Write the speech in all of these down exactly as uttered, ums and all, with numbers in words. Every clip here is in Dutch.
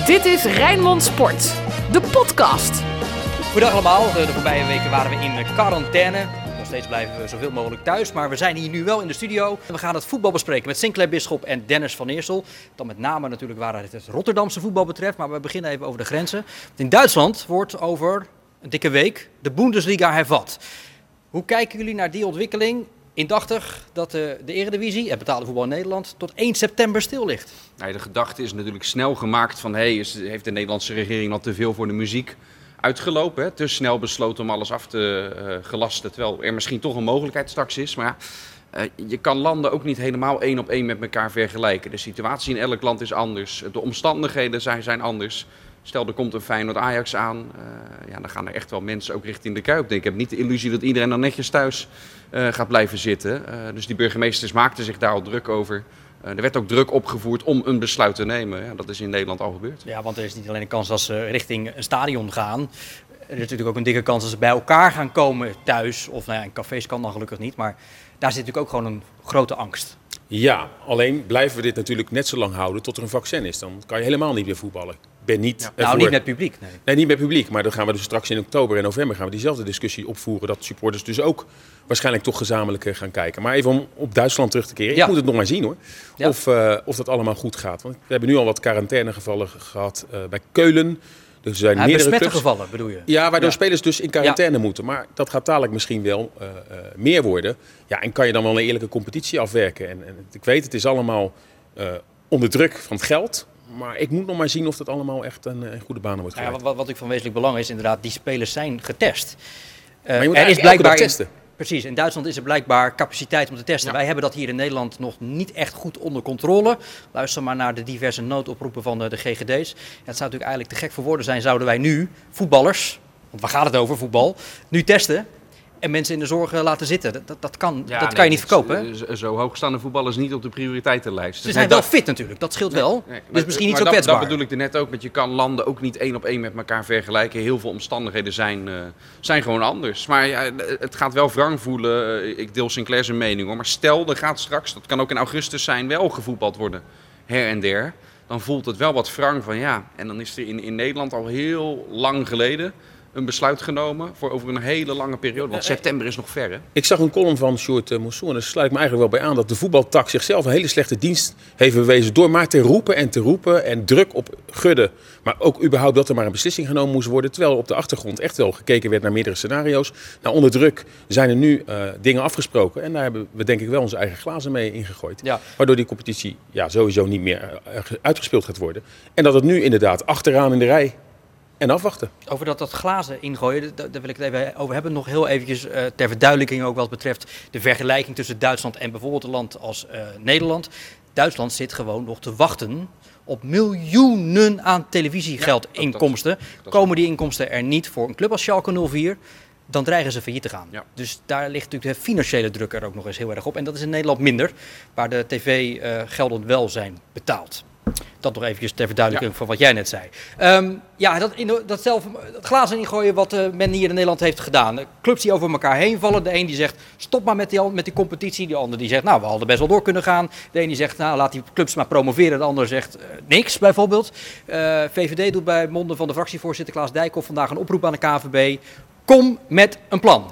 Dit is Rijnmond Sport, de podcast. Goedendag allemaal. De voorbije weken waren we in quarantaine. Nog steeds blijven we zoveel mogelijk thuis. Maar we zijn hier nu wel in de studio. We gaan het voetbal bespreken met Sinclair Bisschop en Dennis van Eersel. Dan met name natuurlijk waar het het Rotterdamse voetbal betreft. Maar we beginnen even over de grenzen. In Duitsland wordt over een dikke week de Bundesliga hervat. Hoe kijken jullie naar die ontwikkeling? Indachtig dat de, de Eredivisie, het betaalde voetbal in Nederland, tot één september stil ligt. Nou, de gedachte is natuurlijk snel gemaakt van, hey, is, heeft de Nederlandse regering al te veel voor de muziek uitgelopen? Hè? Te snel besloten om alles af te uh, gelasten, terwijl er misschien toch een mogelijkheid straks is. Maar ja, uh, je kan landen ook niet helemaal één op één met elkaar vergelijken. De situatie in elk land is anders, de omstandigheden zijn, zijn anders. Stel, er komt een Feyenoord Ajax aan, uh, ja, dan gaan er echt wel mensen ook richting de Kuip. Ik heb niet de illusie dat iedereen dan netjes thuis uh, gaat blijven zitten. Uh, dus die burgemeesters maakten zich daar al druk over. Uh, er werd ook druk opgevoerd om een besluit te nemen. Ja, dat is in Nederland al gebeurd. Ja, want er is niet alleen een kans dat ze richting een stadion gaan. Er is natuurlijk ook een dikke kans dat ze bij elkaar gaan komen thuis. Of nou ja, in cafés kan dan gelukkig niet, maar daar zit natuurlijk ook gewoon een grote angst. Ja, alleen blijven we dit natuurlijk net zo lang houden tot er een vaccin is. Dan kan je helemaal niet meer voetballen. Ik ben niet ja, ervoor... Nou, niet met publiek. Nee. nee, niet met publiek. Maar dan gaan we dus straks in oktober en november gaan we diezelfde discussie opvoeren. Dat supporters dus ook waarschijnlijk toch gezamenlijk gaan kijken. Maar even om op Duitsland terug te keren. Ja. Ik moet het nog maar zien hoor. Ja. Of, uh, of dat allemaal goed gaat. Want we hebben nu al wat quarantainegevallen gehad uh, bij Keulen. Dus er zijn ja, meerdere besmette clubs. gevallen bedoel je? Ja, waardoor ja. spelers dus in quarantaine ja. moeten. Maar dat gaat dadelijk misschien wel uh, uh, meer worden. Ja, en kan je dan wel een eerlijke competitie afwerken. En, en ik weet, het is allemaal uh, onder druk van het geld. Maar ik moet nog maar zien of dat allemaal echt een, een goede baan wordt geleid. Ja, wat, wat ik van wezenlijk belang is, inderdaad, die spelers zijn getest. Uh, maar je moet er is blijkbaar testen. Precies, in Duitsland is er blijkbaar capaciteit om te testen. Ja. Wij hebben dat hier in Nederland nog niet echt goed onder controle. Luister maar naar de diverse noodoproepen van de, de G G D's. Ja, het zou natuurlijk eigenlijk te gek voor woorden zijn, zouden wij nu voetballers, want waar gaat het over, voetbal, nu testen en mensen in de zorg laten zitten. Dat, dat, dat, kan, ja, dat nee, kan je niet verkopen. Zo, zo hoog staan de voetballers niet op de prioriteitenlijst. Ze zijn wel fit natuurlijk, dat scheelt wel. Nee, nee, dus maar, misschien niet maar zo kwetsbaar. Dat bedoel ik er net ook, want je kan landen ook niet één op één met elkaar vergelijken. Heel veel omstandigheden zijn, uh, zijn gewoon anders. Maar ja, het gaat wel wrang voelen. Ik deel Sinclair zijn mening hoor. Maar stel, er gaat straks, dat kan ook in augustus zijn, wel gevoetbald worden. Her en der. Dan voelt het wel wat wrang van ja. En dan is er in, in Nederland al heel lang geleden een besluit genomen voor over een hele lange periode. Want september is nog ver, hè? Ik zag een column van Sjoerd uh, Moussour en daar sluit ik me eigenlijk wel bij aan dat de voetbaltak zichzelf een hele slechte dienst heeft bewezen door maar te roepen en te roepen en druk op Gudde. Maar ook überhaupt dat er maar een beslissing genomen moest worden. Terwijl op de achtergrond echt wel gekeken werd naar meerdere scenario's. Nou, onder druk zijn er nu uh, dingen afgesproken. En daar hebben we denk ik wel onze eigen glazen mee ingegooid. Ja. Waardoor die competitie ja, sowieso niet meer uh, uitgespeeld gaat worden. En dat het nu inderdaad achteraan in de rij en afwachten. Over dat, dat glazen ingooien, daar wil ik het even over hebben. Nog heel eventjes uh, ter verduidelijking ook wat betreft de vergelijking tussen Duitsland en bijvoorbeeld een land als uh, Nederland. Duitsland zit gewoon nog te wachten op miljoenen aan televisiegeldinkomsten. Ja, Komen die inkomsten er niet voor een club als Schalke nul vier, dan dreigen ze failliet te gaan. Ja. Dus daar ligt natuurlijk de financiële druk er ook nog eens heel erg op. En dat is in Nederland minder, waar de tv-gelden uh, wel zijn betaald. Dat nog eventjes ter verduidelijking ja. van wat jij net zei. Um, ja, dat, in, dat, zelf, dat glazen ingooien wat uh, men hier in Nederland heeft gedaan. Clubs die over elkaar heen vallen. De een die zegt, stop maar met die, met die competitie. De ander die zegt, nou, we hadden best wel door kunnen gaan. De een die zegt, nou, laat die clubs maar promoveren. De ander zegt, uh, niks bijvoorbeeld. Uh, V V D doet bij monden van de fractievoorzitter Klaas Dijkhoff vandaag een oproep aan de K N V B. Kom met een plan.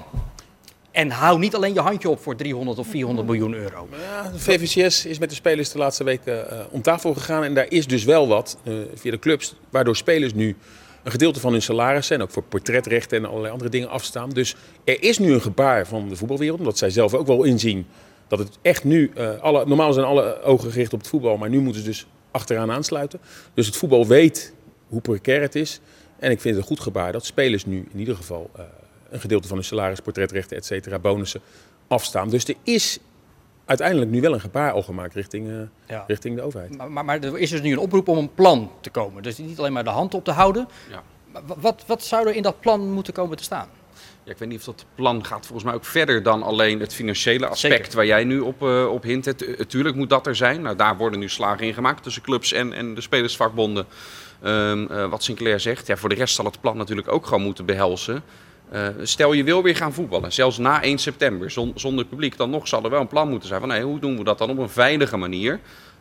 En hou niet alleen je handje op voor driehonderd of vierhonderd miljoen euro. Ja, de V V C S is met de spelers de laatste weken uh, om tafel gegaan. En daar is dus wel wat uh, via de clubs. Waardoor spelers nu een gedeelte van hun salaris en ook voor portretrechten en allerlei andere dingen afstaan. Dus er is nu een gebaar van de voetbalwereld. Omdat zij zelf ook wel inzien dat het echt nu... Uh, alle, normaal zijn alle ogen gericht op het voetbal. Maar nu moeten ze dus achteraan aansluiten. Dus het voetbal weet hoe precair het is. En ik vind het een goed gebaar dat spelers nu in ieder geval... Uh, een gedeelte van hun salaris, portretrechten, et cetera, bonussen afstaan. Dus er is uiteindelijk nu wel een gebaar al gemaakt richting, uh, ja. richting de overheid. Maar, maar, maar er is dus nu een oproep om een plan te komen. Dus niet alleen maar de hand op te houden. Ja. Wat, wat zou er in dat plan moeten komen te staan? Ja, ik weet niet of dat plan gaat volgens mij ook verder dan alleen het financiële aspect. Zeker. Waar jij nu op, uh, op hint. Het, tuurlijk moet dat er zijn. Nou, daar worden nu slagen in gemaakt tussen clubs en, en de spelersvakbonden. Um, uh, wat Sinclair zegt. Ja, voor de rest zal het plan natuurlijk ook gewoon moeten behelzen. Uh, stel je wil weer gaan voetballen, zelfs na één september, zon, zonder publiek, dan nog zal er wel een plan moeten zijn van hey, hoe doen we dat dan op een veilige manier.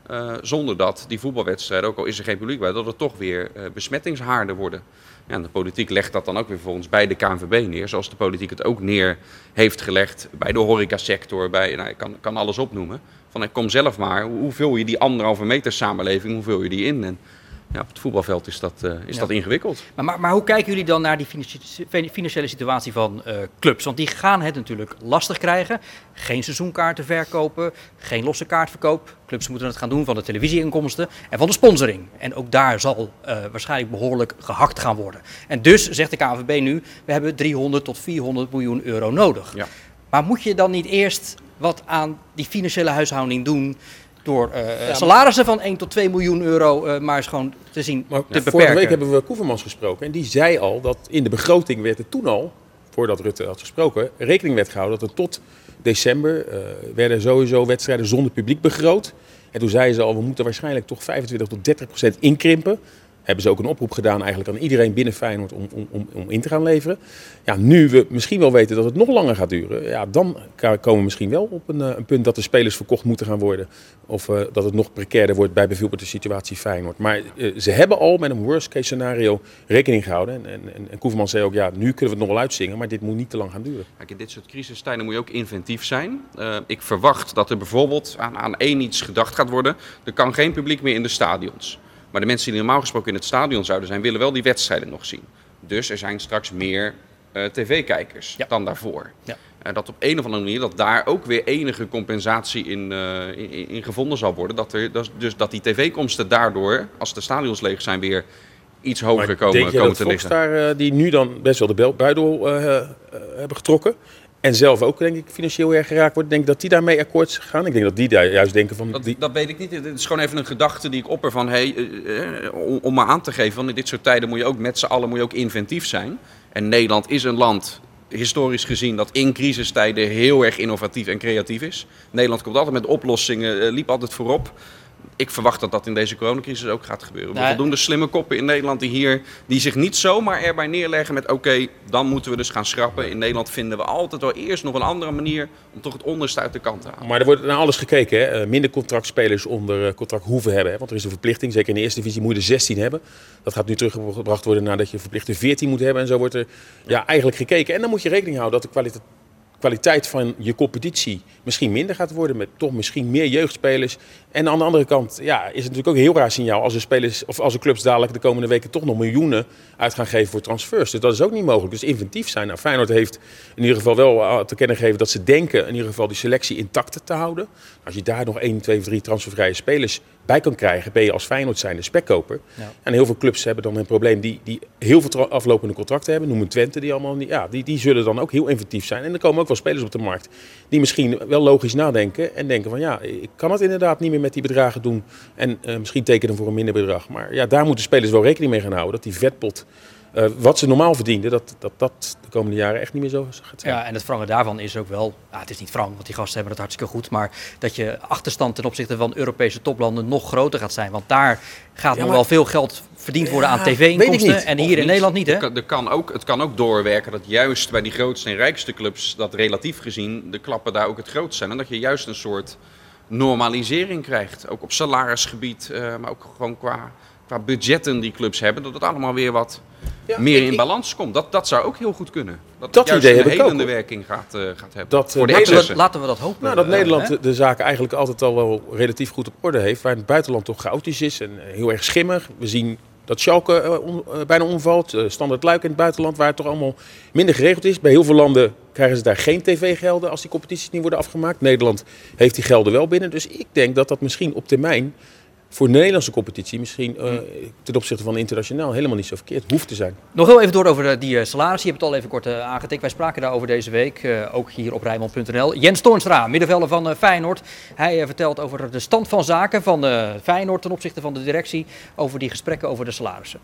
Uh, zonder dat die voetbalwedstrijden, ook al is er geen publiek bij, dat er toch weer uh, besmettingshaarden worden. Ja, en de politiek legt dat dan ook weer volgens bij de K N V B neer. Zoals de politiek het ook neer heeft gelegd bij de horecasector. Bij, nou, ik kan, kan alles opnoemen. Van kom zelf maar, hoe, hoe vul je die anderhalve meter samenleving, hoe vul je die in? En ja, op het voetbalveld is dat, uh, is ja. dat ingewikkeld. Maar, maar, maar hoe kijken jullie dan naar die financiële situatie van uh, clubs? Want die gaan het natuurlijk lastig krijgen. Geen seizoenkaarten verkopen, geen losse kaartverkoop. Clubs moeten het gaan doen van de televisieinkomsten en van de sponsoring. En ook daar zal uh, waarschijnlijk behoorlijk gehakt gaan worden. En dus zegt de K N V B nu, we hebben driehonderd tot vierhonderd miljoen euro nodig. Ja. Maar moet je dan niet eerst wat aan die financiële huishouding doen door uh, ja, salarissen van één tot twee miljoen euro uh, maar eens gewoon te zien maar, te ja, beperken? Vorige week hebben we Koevermans gesproken en die zei al dat in de begroting werd er toen al, voordat Rutte had gesproken, rekening werd gehouden dat er tot december uh, werden sowieso wedstrijden zonder publiek begroot. En toen zeiden ze al, we moeten waarschijnlijk toch vijfentwintig tot dertig procent inkrimpen. Hebben ze ook een oproep gedaan eigenlijk aan iedereen binnen Feyenoord om, om, om, om in te gaan leveren. Ja, nu we misschien wel weten dat het nog langer gaat duren, ja, dan komen we misschien wel op een, een punt dat de spelers verkocht moeten gaan worden. Of uh, dat het nog precairder wordt bij bijvoorbeeld de situatie Feyenoord. Maar uh, ze hebben al met een worst case scenario rekening gehouden. En, en, en Koeverman zei ook, ja, nu kunnen we het nog wel uitzingen, maar dit moet niet te lang gaan duren. Kijk, in dit soort crisistijden moet je ook inventief zijn. Uh, ik verwacht dat er bijvoorbeeld aan, aan één iets gedacht gaat worden. Er kan geen publiek meer in de stadions. Maar de mensen die normaal gesproken in het stadion zouden zijn, willen wel die wedstrijden nog zien. Dus er zijn straks meer uh, tv-kijkers ja. dan daarvoor. Ja. Uh, dat op een of andere manier, dat daar ook weer enige compensatie in, uh, in, in gevonden zal worden. Dat er, dat, dus dat die tv-komsten daardoor, als de stadions leeg zijn, weer iets hoger maar komen, denk je komen dat te liggen. Daar, uh, die nu dan best wel de buidel uh, uh, hebben getrokken. En zelf ook, denk ik, financieel erg geraakt wordt. Denk ik dat die daarmee akkoord gaan. Ik denk dat die daar juist denken van... Dat, die... dat weet ik niet. Het is gewoon even een gedachte die ik opper van... Hey, uh, uh, om, om maar aan te geven, van in dit soort tijden moet je ook met z'n allen moet je ook inventief zijn. En Nederland is een land, historisch gezien, dat in crisistijden heel erg innovatief en creatief is. Nederland komt altijd met oplossingen, uh, liep altijd voorop. Ik verwacht dat dat in deze coronacrisis ook gaat gebeuren. Nee. Er voldoende slimme koppen in Nederland die hier die zich niet zomaar erbij neerleggen met oké, okay, dan moeten we dus gaan schrappen. In Nederland vinden we altijd wel eerst nog een andere manier om toch het onderste uit de kant te halen. Maar er wordt naar alles gekeken. Hè? Minder contractspelers onder contract hoeven hebben. Hè? Want er is een verplichting. Zeker in de eerste divisie moet je er zestien hebben. Dat gaat nu teruggebracht worden nadat je verplichte veertien moet hebben. En zo wordt er ja, eigenlijk gekeken. En dan moet je rekening houden dat de kwaliteit... kwaliteit van je competitie misschien minder gaat worden met toch misschien meer jeugdspelers. En aan de andere kant ja, is het natuurlijk ook een heel raar signaal als de spelers of als de clubs dadelijk de komende weken toch nog miljoenen uit gaan geven voor transfers. Dus dat is ook niet mogelijk. Dus inventief zijn. Nou, Feyenoord heeft in ieder geval wel te kennen gegeven dat ze denken in ieder geval die selectie intact te houden. Als je daar nog één, twee, drie transfervrije spelers bij kan krijgen, ben je als Feyenoord zijnde spekkoper. Ja. En heel veel clubs hebben dan een probleem die, die heel veel aflopende contracten hebben. Noem een Twente, die allemaal ja, die, die zullen dan ook heel inventief zijn. En er komen ook wel spelers op de markt die misschien wel logisch nadenken en denken van ja, ik kan het inderdaad niet meer met die bedragen doen en uh, misschien tekenen voor een minder bedrag. Maar ja, daar moeten spelers wel rekening mee gaan houden dat die vetpot, uh, wat ze normaal verdienden, dat, dat dat de komende jaren echt niet meer zo gaat zijn. Ja, en het wrange daarvan is ook wel, nou, het is niet wrang, want die gasten hebben het hartstikke goed, maar dat je achterstand ten opzichte van Europese toplanden nog groter gaat zijn, want daar gaat ja, nog maar... wel veel geld verdiend worden ja, aan tv-inkomsten en hier in niet. Nederland niet, hè? Er, er kan ook, het kan ook doorwerken dat juist bij die grootste en rijkste clubs, dat relatief gezien de klappen daar ook het grootst zijn en dat je juist een soort normalisering krijgt, ook op salarisgebied, uh, maar ook gewoon qua, qua budgetten die clubs hebben, dat het allemaal weer wat ja, meer ik, in balans komt. Dat, dat zou ook heel goed kunnen. Dat, dat juist idee een heb ik helende ook. werking gaat, uh, gaat hebben. Dat, voor de laten, we, laten we dat hopen. Nou, dat uh, Nederland uh, de zaken eigenlijk altijd al wel relatief goed op orde heeft, waar in het buitenland toch chaotisch is en heel erg schimmig. We zien dat Schalke uh, on, uh, bijna omvalt, uh, Standard Luik in het buitenland, waar het toch allemaal minder geregeld is. Bij heel veel landen krijgen ze daar geen tv-gelden als die competities niet worden afgemaakt. Nederland heeft die gelden wel binnen. Dus ik denk dat dat misschien op termijn voor de Nederlandse competitie misschien uh, ten opzichte van internationaal helemaal niet zo verkeerd hoeft te zijn. Nog heel even door over die uh, salarissen. Je hebt het al even kort uh, aangetikt. Wij spraken daarover deze week, uh, ook hier op Rijnmond punt n l. Jens Toornstra, middenvelder van uh, Feyenoord. Hij uh, vertelt over de stand van zaken van uh, Feyenoord ten opzichte van de directie over die gesprekken over de salarissen.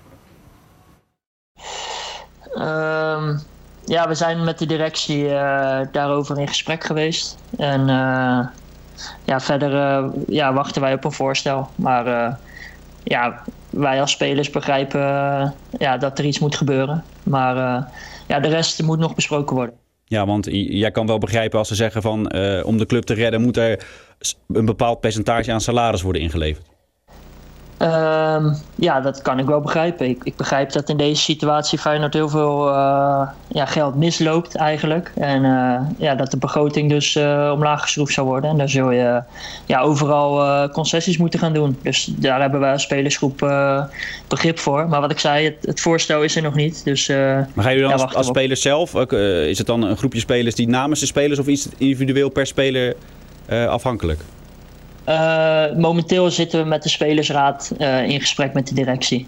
Um, ja, we zijn met de directie uh, daarover in gesprek geweest. En uh, ja, verder uh, ja, wachten wij op een voorstel. Maar uh, ja, wij als spelers begrijpen uh, ja, dat er iets moet gebeuren. Maar uh, ja, de rest moet nog besproken worden. Ja, want j- jij kan wel begrijpen als ze zeggen van uh, om de club te redden moet er een bepaald percentage aan salaris worden ingeleverd. Um, ja, dat kan ik wel begrijpen. Ik, ik begrijp dat in deze situatie Feyenoord heel veel uh, ja, geld misloopt eigenlijk. En uh, ja, dat de begroting dus uh, omlaag geschroefd zou worden. En dan zul je ja, overal uh, concessies moeten gaan doen. Dus daar hebben wij als spelersgroep uh, begrip voor. Maar wat ik zei, het, het voorstel is er nog niet. Dus, uh, maar gaan jullie dan ja, als, als spelers zelf, uh, is het dan een groepje spelers die namens de spelers of is het individueel per speler uh, afhankelijk? Uh, momenteel zitten we met de spelersraad uh, in gesprek met de directie.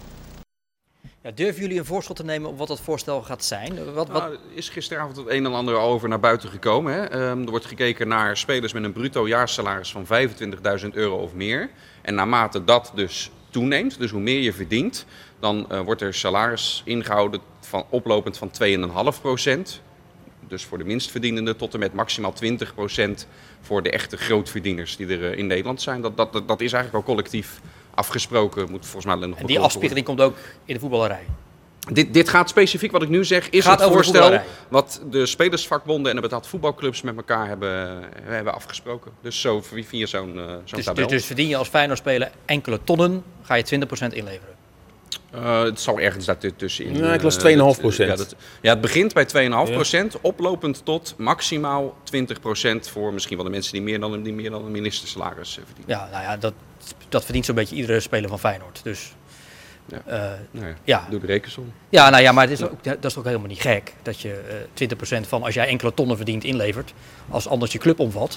Ja, durven jullie een voorschot te nemen op wat dat voorstel gaat zijn? Wat, wat... Nou, er is gisteravond het een en ander over naar buiten gekomen. Hè? Um, er wordt gekeken naar spelers met een bruto jaarsalaris van vijfentwintigduizend euro of meer. En naarmate dat dus toeneemt, dus hoe meer je verdient, dan uh, wordt er salaris ingehouden van oplopend van twee komma vijf procent. Dus voor de minstverdienenden tot en met maximaal twintig procent voor de echte grootverdieners die er in Nederland zijn. Dat, dat, dat is eigenlijk al collectief afgesproken. Moet volgens mij nog en die afspiegeling komt ook in de voetballerij? Dit, dit gaat specifiek, wat ik nu zeg, is gaat het voorstel de wat de spelersvakbonden en de betaald voetbalclubs met elkaar hebben, hebben afgesproken. Dus zo, via zo'n, uh, zo'n dus, tabel. Dus, dus verdien je als Feyenoord-speler enkele tonnen, ga je twintig procent inleveren? Uh, het zal ergens daartussenin. Ja, ik las twee komma vijf procent. Ja, dat, ja, het begint bij twee komma vijf procent, ja. Oplopend tot maximaal twintig procent voor misschien wel de mensen die meer dan, die meer dan een ministersalaris verdienen. Ja, nou ja, dat, dat verdient zo'n beetje iedere speler van Feyenoord. Dus, ja. Uh, nou ja, ja. Doe de rekensom. Ja, nou ja, maar het is ook, dat is ook helemaal niet gek dat je uh, twintig procent van als jij enkele tonnen verdient inlevert, als anders je club omvat.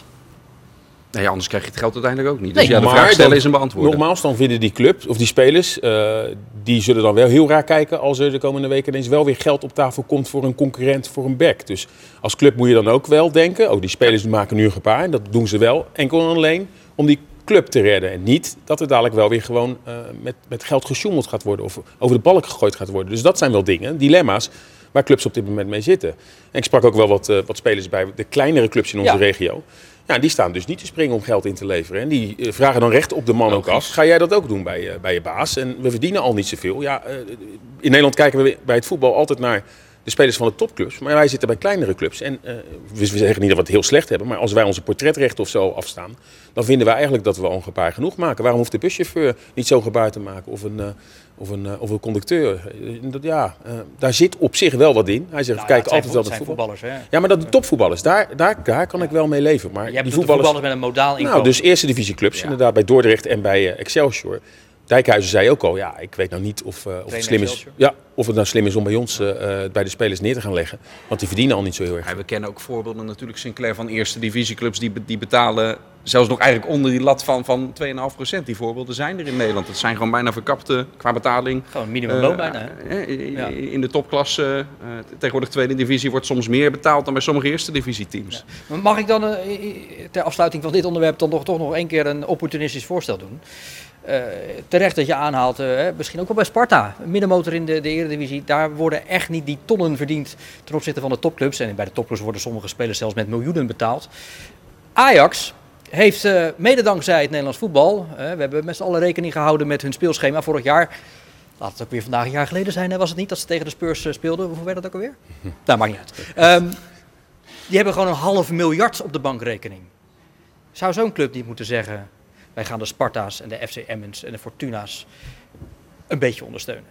Nee, anders krijg je het geld uiteindelijk ook niet. Nee, dus ja, de vraag stellen is een beantwoorden. Nogmaals, dan vinden die clubs of die spelers, uh, die zullen dan wel heel raar kijken als er de komende weken ineens wel weer geld op tafel komt voor een concurrent, voor een back. Dus als club moet je dan ook wel denken, oh die spelers ja. maken nu een gebaar en dat doen ze wel enkel en alleen om die club te redden. En niet dat er dadelijk wel weer gewoon uh, met, met geld gesjoemeld gaat worden of over de balk gegooid gaat worden. Dus dat zijn wel dingen, dilemma's, waar clubs op dit moment mee zitten. En ik sprak ook wel wat, uh, wat spelers bij de kleinere clubs in onze ja. regio. Ja, die staan dus niet te springen om geld in te leveren. En die uh, vragen dan recht op de man ook af. Ga jij dat ook doen bij, uh, bij je baas? En we verdienen al niet zoveel. Ja, uh, in Nederland kijken we bij het voetbal altijd naar de spelers van de topclubs. Maar wij zitten bij kleinere clubs. En uh, we zeggen niet dat we het heel slecht hebben. Maar als wij onze portretrechten of zo afstaan, dan vinden wij eigenlijk dat we al een gebaar genoeg maken. Waarom hoeft de buschauffeur niet zo'n gebaar te maken? Of een, uh, of een, uh, of een conducteur? Dat, ja, uh, daar zit op zich wel wat in. Hij zegt, nou, we kijken ja, altijd wel naar voetbal. voetballers. Hè? Ja, maar dat de topvoetballers, daar, daar, daar kan ja. ik wel mee leven. Maar je hebt die voetballers, voetballers met een modaal inkomen. Nou, dus eerste divisieclubs, ja. inderdaad, bij Dordrecht en bij uh, Excelsior. Dijkhuizen zei ook al, ja, ik weet nou niet of, uh, of, het, slim is, ja, of het nou slim is om bij ons uh, bij de spelers neer te gaan leggen. Want die verdienen al niet zo heel erg. Ja, we kennen ook voorbeelden natuurlijk, Sinclair van eerste divisieclubs, die, die betalen zelfs nog eigenlijk onder die lat van, van twee komma vijf procent. Die voorbeelden zijn er in Nederland. Dat zijn gewoon bijna verkapte qua betaling. Gewoon minimumloon uh, bijna. Hè? In, ja. in de topklasse, uh, tegenwoordig tweede divisie, wordt soms meer betaald dan bij sommige eerste divisieteams. Ja. Mag ik dan uh, ter afsluiting van dit onderwerp dan nog, toch nog één keer een opportunistisch voorstel doen? Uh, terecht dat je aanhaalt, uh, misschien ook wel bij Sparta, middenmotor in de, de Eredivisie, daar worden echt niet die tonnen verdiend ten opzichte van de topclubs. En bij de topclubs worden sommige spelers zelfs met miljoenen betaald. Ajax heeft uh, mede dankzij het Nederlands voetbal, uh, we hebben met z'n allen rekening gehouden met hun speelschema vorig jaar. Laat het ook weer vandaag een jaar geleden zijn, hè, was het niet, dat ze tegen de Spurs uh, speelden. Hoeveel werd dat ook alweer? Nou, maakt niet uit. Um, die hebben gewoon een half miljard op de bankrekening. Zou zo'n club niet moeten zeggen, wij gaan de Sparta's en de F C Emmens en de Fortuna's een beetje ondersteunen?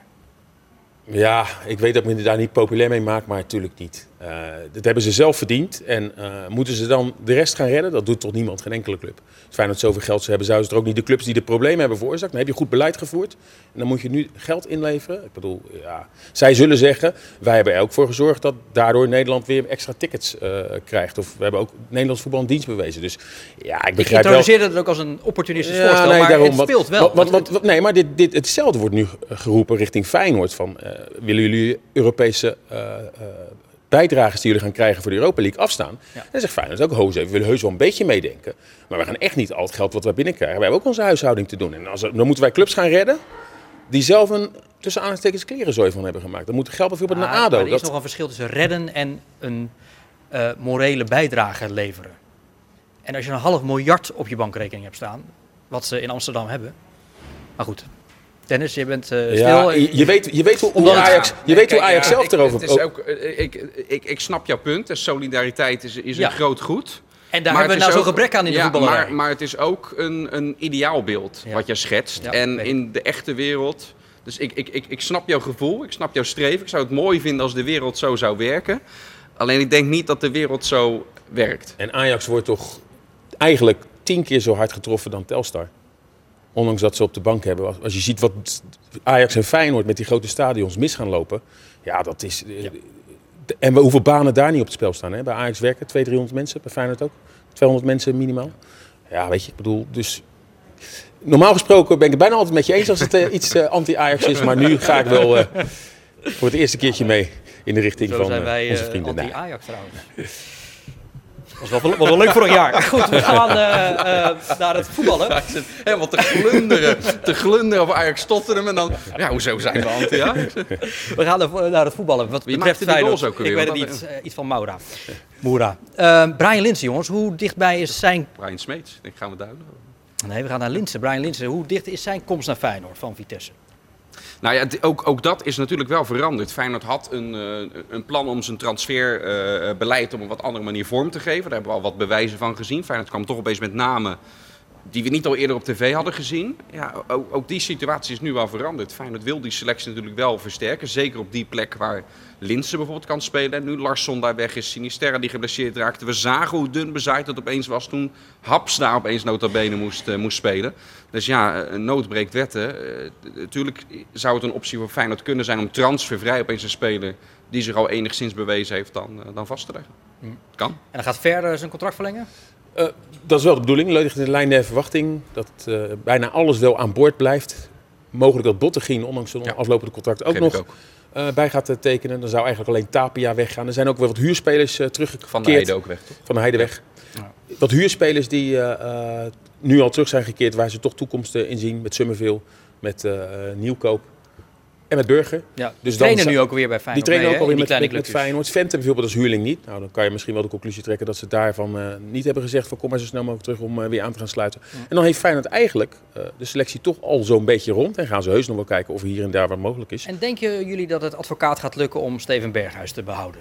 Ja, ik weet dat men er daar niet populair mee maakt, maar natuurlijk niet. Uh, dat hebben ze zelf verdiend. En uh, moeten ze dan de rest gaan redden? Dat doet toch niemand, geen enkele club. Het fijn dat zoveel geld ze hebben, zouden ze er ook niet de clubs die de problemen hebben veroorzaakt. Dan heb je goed beleid gevoerd. En dan moet je nu geld inleveren. Ik bedoel, ja, zij zullen zeggen, wij hebben er ook voor gezorgd dat daardoor Nederland weer extra tickets uh, krijgt. Of we hebben ook Nederlands voetbal een dienst bewezen. Dus ja, ik begrijp wel. Ik introduceerde het ook als een opportunistisch ja, voorstel, nee, maar daarom, het speelt wel. Wat, wat, wat, wat, nee, maar dit, dit, hetzelfde wordt nu geroepen richting Feyenoord. Van, uh, willen jullie Europese uh, uh, bijdragers die jullie gaan krijgen voor de Europa League afstaan? Ja. En dan zegt Feyenoord ook, ho, we willen heus wel een beetje meedenken. Maar we gaan echt niet al het geld wat we binnenkrijgen. We hebben ook onze huishouding te doen. En als, dan moeten wij clubs gaan redden die zelf een tussen aanhalingstekens klerenzooi van hebben gemaakt. Dan moet geld bijvoorbeeld ah, naar A D O. Maar er is dat... nog een verschil tussen redden en een uh, morele bijdrage leveren. En als je een half miljard op je bankrekening hebt staan, wat ze in Amsterdam hebben. Maar goed. Dennis, je bent uh, stil. Ja, je, je, weet, je weet hoe, hoe Ajax, je ja, weet kijk, hoe Ajax ja, zelf ik, erover... Het is ook, ik, ik, ik snap jouw punt. Solidariteit is, is ja. een groot goed. En daar maar hebben we nou zo'n gebrek aan in de ja, voetballerij. Maar, maar het is ook een, een ideaalbeeld ja. wat je schetst. Ja, en weet in de echte wereld... Dus ik, ik, ik, ik snap jouw gevoel, ik snap jouw streven. Ik zou het mooi vinden als de wereld zo zou werken. Alleen ik denk niet dat de wereld zo werkt. En Ajax wordt toch eigenlijk tien keer zo hard getroffen dan Telstar. Ondanks dat ze op de bank hebben. Als je ziet wat Ajax en Feyenoord met die grote stadions mis gaan lopen. Ja, dat is... Ja. En hoeveel banen daar niet op het spel staan. Hè? Bij Ajax werken tweehonderd, driehonderd mensen. Bij Feyenoord ook. tweehonderd mensen minimaal. Ja, weet je, ik bedoel... Dus normaal gesproken ben ik het bijna altijd met je eens als het uh, iets uh, anti-Ajax is. Maar nu ga ik wel uh, voor het eerste keertje mee in de richting Zo van zijn wij, uh, onze uh, vrienden. anti-Ajax trouwens. Dat was wel, was wel leuk vorig jaar. Goed, we gaan uh, uh, naar het voetballen. Hij zit helemaal te glunderen, te glunderen over Ajax Tottenham. En dan, ja, hoezo zijn we anti-Ajax? We gaan naar, naar het voetballen. Wat Wie betreft maakte die Feyenoord. goals ook alweer? Ik weet het Wat niet. Uh, iets van Moura. Moura. Uh, Brian Linssen, jongens. Hoe dichtbij is zijn... Brian Smeets, denk ik, gaan we duiden. Nee, we gaan naar Linssen. Brian Linssen. Hoe dicht is zijn komst naar Feyenoord van Vitesse? Nou ja, ook, ook dat is natuurlijk wel veranderd. Feyenoord had een, uh, een plan om zijn transferbeleid uh, op een wat andere manier vorm te geven. Daar hebben we al wat bewijzen van gezien. Feyenoord kwam toch opeens met namen die we niet al eerder op tv hadden gezien. Ja, ook, ook die situatie is nu wel veranderd. Feyenoord wil die selectie natuurlijk wel versterken. Zeker op die plek waar Linssen bijvoorbeeld kan spelen. En nu Larsson daar weg is, Sinisterra die geblesseerd raakte. We zagen hoe dun bezaaid het opeens was toen Haps daar opeens nota bene moest, uh, moest spelen. Dus ja, een nood breekt wetten. Natuurlijk uh, zou het een optie voor Feyenoord kunnen zijn om transfervrij opeens een speler die zich al enigszins bewezen heeft dan, uh, dan vast te leggen. Hmm. Kan. En dan gaat Ver zijn contract verlengen? Uh, dat is wel de bedoeling. Ligt in de lijn der verwachting. Dat uh, bijna alles wel aan boord blijft. Mogelijk dat Bottegien, ondanks zijn ja. aflopende contract, ook nog ook. Uh, bij gaat uh, tekenen. Dan zou eigenlijk alleen Tapia weggaan. Er zijn ook wel wat huurspelers uh, teruggekeerd. Van de Heide ook weg, toch? Van de Heide weg. Ja. Wat huurspelers die uh, uh, nu al terug zijn gekeerd, waar ze toch toekomst uh, in zien. Met Summerville, met uh, Nieuwkoop en met Burger. Ja, dus trainen dan, nu ook weer bij Feyenoord. Die trainen mee, ook alweer met, met, met clubjes. Feyenoord. Vente bijvoorbeeld als huurling niet. Nou, dan kan je misschien wel de conclusie trekken dat ze daarvan uh, niet hebben gezegd van kom maar zo snel mogelijk terug om uh, weer aan te gaan sluiten. Ja. En dan heeft Feyenoord eigenlijk uh, de selectie toch al zo'n beetje rond. En gaan ze heus nog wel kijken of er hier en daar wat mogelijk is. En denken jullie dat het advocaat gaat lukken om Steven Berghuis te behouden?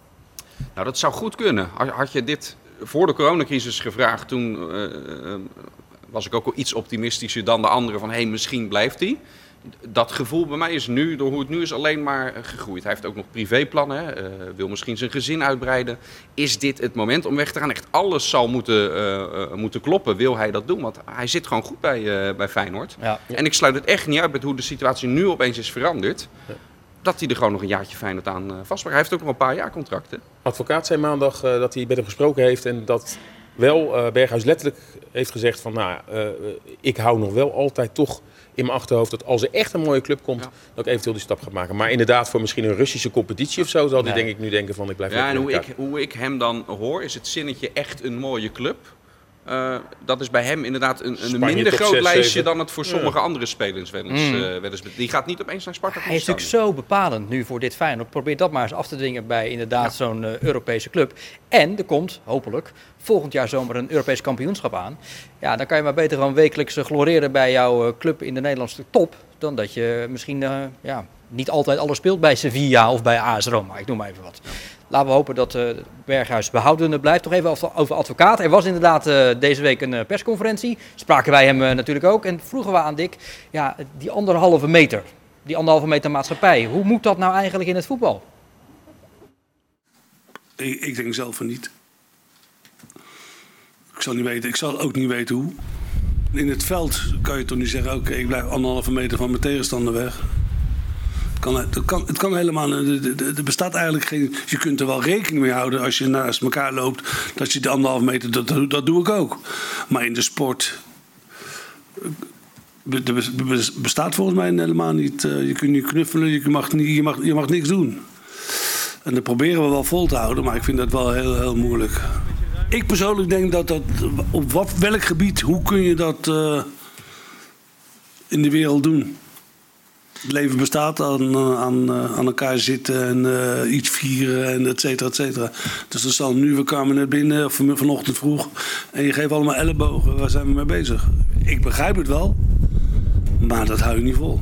Nou, dat zou goed kunnen. Had je dit voor de coronacrisis gevraagd, toen uh, uh, was ik ook wel iets optimistischer dan de anderen van hé, hey, misschien blijft hij. Dat gevoel bij mij is nu, door hoe het nu is, alleen maar gegroeid. Hij heeft ook nog privéplannen, hè. Uh, wil misschien zijn gezin uitbreiden. Is dit het moment om weg te gaan? Echt alles zal moeten, uh, uh, moeten kloppen, wil hij dat doen? Want hij zit gewoon goed bij, uh, bij Feyenoord. Ja. En ik sluit het echt niet uit met hoe de situatie nu opeens is veranderd. Ja. Dat hij er gewoon nog een jaartje Feyenoord aan uh, vastpakt. Hij heeft ook nog een paar jaar contracten. Advocaat zei maandag uh, dat hij met hem gesproken heeft en dat wel uh, Berghuis letterlijk heeft gezegd van nou, uh, ik hou nog wel altijd toch in mijn achterhoofd dat als er echt een mooie club komt, ja. dat ik eventueel die stap ga maken. Maar inderdaad, voor misschien een Russische competitie of zo, zal hij nee. denk ik nu denken van ik blijf ja, en hoe ik, hoe ik hem dan hoor, is het zinnetje echt een mooie club. Uh, dat is bij hem inderdaad een, een minder groot zes, lijstje zeven. Dan het voor sommige ja. andere spelers wel eens, mm. uh, wel eens. Die gaat niet opeens naar Sparta. Hij is natuurlijk zo bepalend nu voor dit Feyenoord. Probeer dat maar eens af te dwingen bij inderdaad ja. zo'n uh, Europese club. En er komt, hopelijk, volgend jaar zomer een Europees kampioenschap aan. Ja, dan kan je maar beter gewoon wekelijks gloreren bij jouw uh, club in de Nederlandse top. Dan dat je misschien uh, ja, niet altijd alles speelt bij Sevilla of bij A S Roma. Ik noem maar even wat. Ja. Laten we hopen dat uh, Berghuis behoudende blijft. Toch even over, over advocaat. Er was inderdaad uh, deze week een uh, persconferentie. Spraken wij hem uh, natuurlijk ook. En vroegen we aan Dick, ja, die anderhalve meter. Die anderhalve meter maatschappij. Hoe moet dat nou eigenlijk in het voetbal? Ik, ik denk zelf van niet. Ik zal niet weten. Ik zal ook niet weten hoe. In het veld kan je toch niet zeggen, oké, okay, ik blijf anderhalve meter van mijn tegenstander weg. Het kan, het kan, het kan helemaal, er bestaat eigenlijk geen, je kunt er wel rekening mee houden als je naast elkaar loopt, dat je de anderhalve meter, dat, dat doe ik ook. Maar in de sport bestaat volgens mij helemaal niet, je kunt niet knuffelen, je mag, niet, je mag, je mag niks doen. En dat proberen we wel vol te houden, maar ik vind dat wel heel, heel moeilijk. Ik persoonlijk denk dat dat, op wat, welk gebied, hoe kun je dat uh, in de wereld doen? Het leven bestaat aan, aan, aan elkaar zitten en uh, iets vieren en et cetera, et cetera. Dus dat zal nu, we kwamen net binnen, of vanochtend vroeg, en je geeft allemaal ellebogen. Waar zijn we mee bezig? Ik begrijp het wel, maar Maar dat hou je niet vol.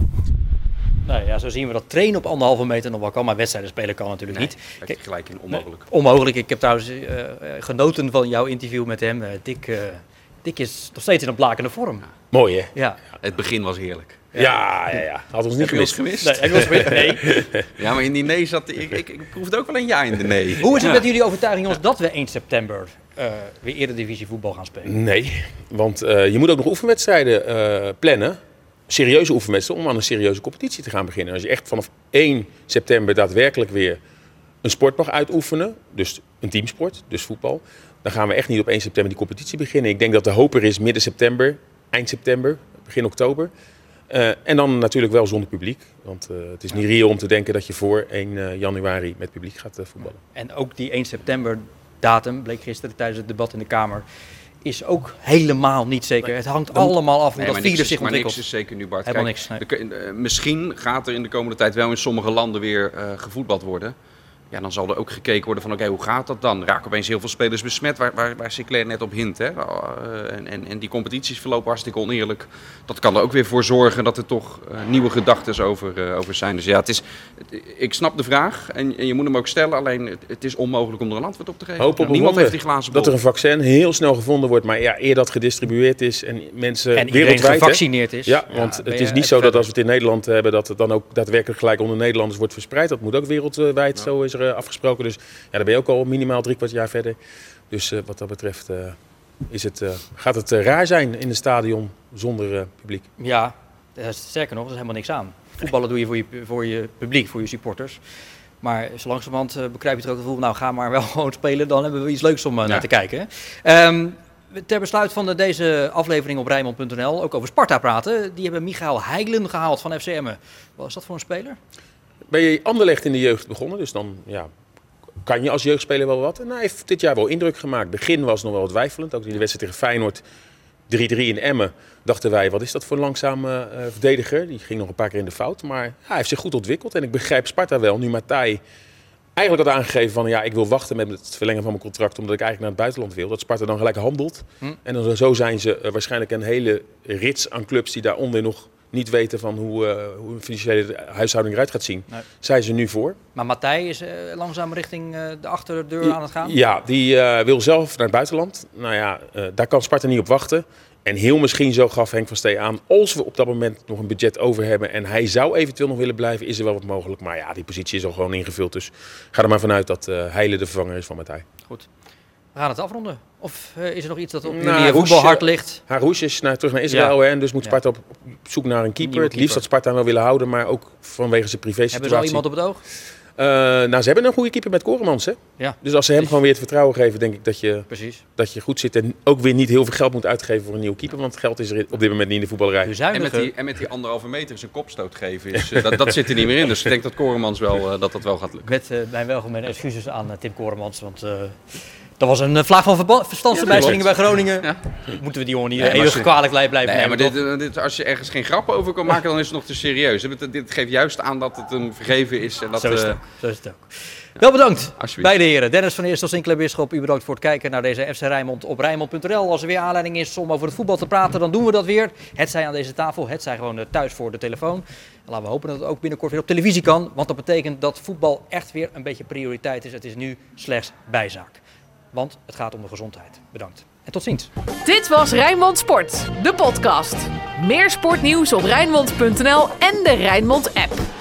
Nou ja, zo zien we dat trainen op anderhalve meter nog wel kan, maar wedstrijden spelen kan natuurlijk Nee, niet. heb je gelijk in, onmogelijk. Nee, onmogelijk. Ik heb trouwens uh, genoten van jouw interview met hem. Uh, Dick, uh, Dick is nog steeds in een blakende vorm. Ja. Mooi, hè? Ja. Het begin was heerlijk. Ja, ja, ja. ja. Had ons niet Heb je gemist. ons gemist? Nee, heb je ons gemist? Nee. Ja, maar in die nee zat... Ik, ik, ik proefde ook wel een ja in de nee. Hoe is het ja. met jullie overtuiging, jongens, dat we één september uh, weer Eredivisie voetbal gaan spelen? Nee, want uh, je moet ook nog oefenwedstrijden uh, plannen. Serieuze oefenwedstrijden om aan een serieuze competitie te gaan beginnen. Als je echt vanaf één september daadwerkelijk weer een sport mag uitoefenen, dus een teamsport, dus voetbal, dan gaan we echt niet op één september die competitie beginnen. Ik denk dat de hoop er is midden september, eind september, begin oktober. Uh, en dan natuurlijk wel zonder publiek. Want uh, het is niet reëel om te denken dat je voor één januari met publiek gaat uh, voetballen. En ook die één september datum, bleek gisteren tijdens het debat in de Kamer, is ook helemaal niet zeker. Nee. Het hangt dan allemaal af hoe nee, dat virus is, zich ontwikkelt. Maar niks is zeker nu, Bart. Helemaal Kijk, niks. Nee. De, uh, misschien gaat er in de komende tijd wel in sommige landen weer uh, gevoetbald worden. Ja, dan zal er ook gekeken worden van oké, okay, hoe gaat dat dan? Raken opeens heel veel spelers besmet, waar, waar, waar Sinclair net op hint. Hè? Uh, en, en, en die competities verlopen hartstikke oneerlijk. Dat kan er ook weer voor zorgen dat er toch uh, nieuwe gedachten over, uh, over zijn. Dus ja, het is, het, ik snap de vraag en, en je moet hem ook stellen. Alleen het, het is onmogelijk om er een antwoord op te geven. Hoop op nou, niemand heeft die glazen bol. Dat er een vaccin heel snel gevonden wordt, maar ja, eer dat gedistribueerd is en mensen en wereldwijd gevaccineerd is. Ja, want ja, het is niet zo dat als we het in Nederland hebben, dat het dan ook daadwerkelijk gelijk onder Nederlanders wordt verspreid. Dat moet ook wereldwijd, ja. Zo is er uh, afgesproken. Dus ja, dan ben je ook al minimaal drie kwart jaar verder. Dus uh, wat dat betreft uh, is het, uh, gaat het uh, raar zijn in het stadion zonder uh, publiek. Ja, uh, sterker nog, er is helemaal niks aan. Voetballen doe je voor je, voor je publiek, voor je supporters. Maar zo langzamerhand uh, begrijp je het ook het gevoel, nou ga maar wel gewoon spelen, dan hebben we iets leuks om uh, ja. naar te kijken. Um, ter besluit van de, deze aflevering op Rijnmond punt n l ook over Sparta praten. Die hebben Michael Heijlen gehaald van F C Emmen. Wat is dat voor een speler? Ben je Anderlecht in de jeugd begonnen, dus dan ja, kan je als jeugdspeler wel wat. En hij heeft dit jaar wel indruk gemaakt. Begin was nog wel wat twijfelend. Ook in de wedstrijd tegen Feyenoord drie drie in Emmen dachten wij, wat is dat voor een langzame uh, verdediger? Die ging nog een paar keer in de fout. Maar ja, hij heeft zich goed ontwikkeld. En ik begrijp Sparta wel. Nu Matthij eigenlijk had aangegeven van ja, ik wil wachten met het verlengen van mijn contract omdat ik eigenlijk naar het buitenland wil. Dat Sparta dan gelijk handelt. Hm. En dan, zo zijn ze uh, waarschijnlijk een hele rits aan clubs die daaronder nog niet weten van hoe, uh, hoe een financiële huishouding eruit gaat zien. Nee. Zijn ze nu voor. Maar Matthij is uh, langzaam richting uh, de achterdeur aan het gaan? Ja, die uh, wil zelf naar het buitenland. Nou ja, uh, daar kan Sparta niet op wachten. En heel misschien, zo gaf Henk van Stee aan, als we op dat moment nog een budget over hebben en hij zou eventueel nog willen blijven, is er wel wat mogelijk. Maar ja, die positie is al gewoon ingevuld. Dus ga er maar vanuit dat uh, Heijlen de vervanger is van Matthij. Goed. We gaan het afronden. Of uh, is er nog iets dat op nou, jullie voetbalhart ligt? Harouche is naar, terug naar Israël ja. hè, en dus moet Sparta op, op zoek naar een keeper. Het liefst dat Sparta wel willen houden, maar ook vanwege zijn privé situatie. Hebben ze al iemand op het oog? Uh, nou, ze hebben een goede keeper met Koremans, hè? Ja. Dus als ze hem Precies. gewoon weer het vertrouwen geven, denk ik dat je, dat je goed zit. En ook weer niet heel veel geld moet uitgeven voor een nieuwe keeper. Want het geld is er op dit moment niet in de voetballerij. En met die, en met die anderhalve meter zijn kopstoot geven, is, uh, dat, dat zit er niet meer in. Dus ik denk dat Koremans wel, uh, dat, dat wel gaat lukken. Met uh, mijn welgemeende excuses aan uh, Tim Koremans, want... Uh, Dat was een uh, vlaag van verba- verstandsverbijstering ja, bij Groningen. Ja. Moeten we die jongen niet nee, eeuwig kwalijk blijven nee, nemen. Maar dit, dit, als je ergens geen grap over kan maken, dan is het nog te serieus. Dit, dit geeft juist aan dat het een vergeven is. En dat, Zo is het uh, ook. Zo is het ook. Ja. Wel bedankt, Alsjeblieft. beide heren. Dennis van Eerstel, Sinclair Bisschop, u bedankt voor het kijken naar deze F C Rijnmond op Rijnmond punt n l. Als er weer aanleiding is om over het voetbal te praten, dan doen we dat weer. Het zij aan deze tafel, het zij gewoon thuis voor de telefoon. En laten we hopen dat het ook binnenkort weer op televisie kan. Want dat betekent dat voetbal echt weer een beetje prioriteit is. Het is nu slechts bijzaak. Want het gaat om de gezondheid. Bedankt. En tot ziens. Dit was Rijnmond Sport, de podcast. Meer sportnieuws op Rijnmond punt n l en de Rijnmond app.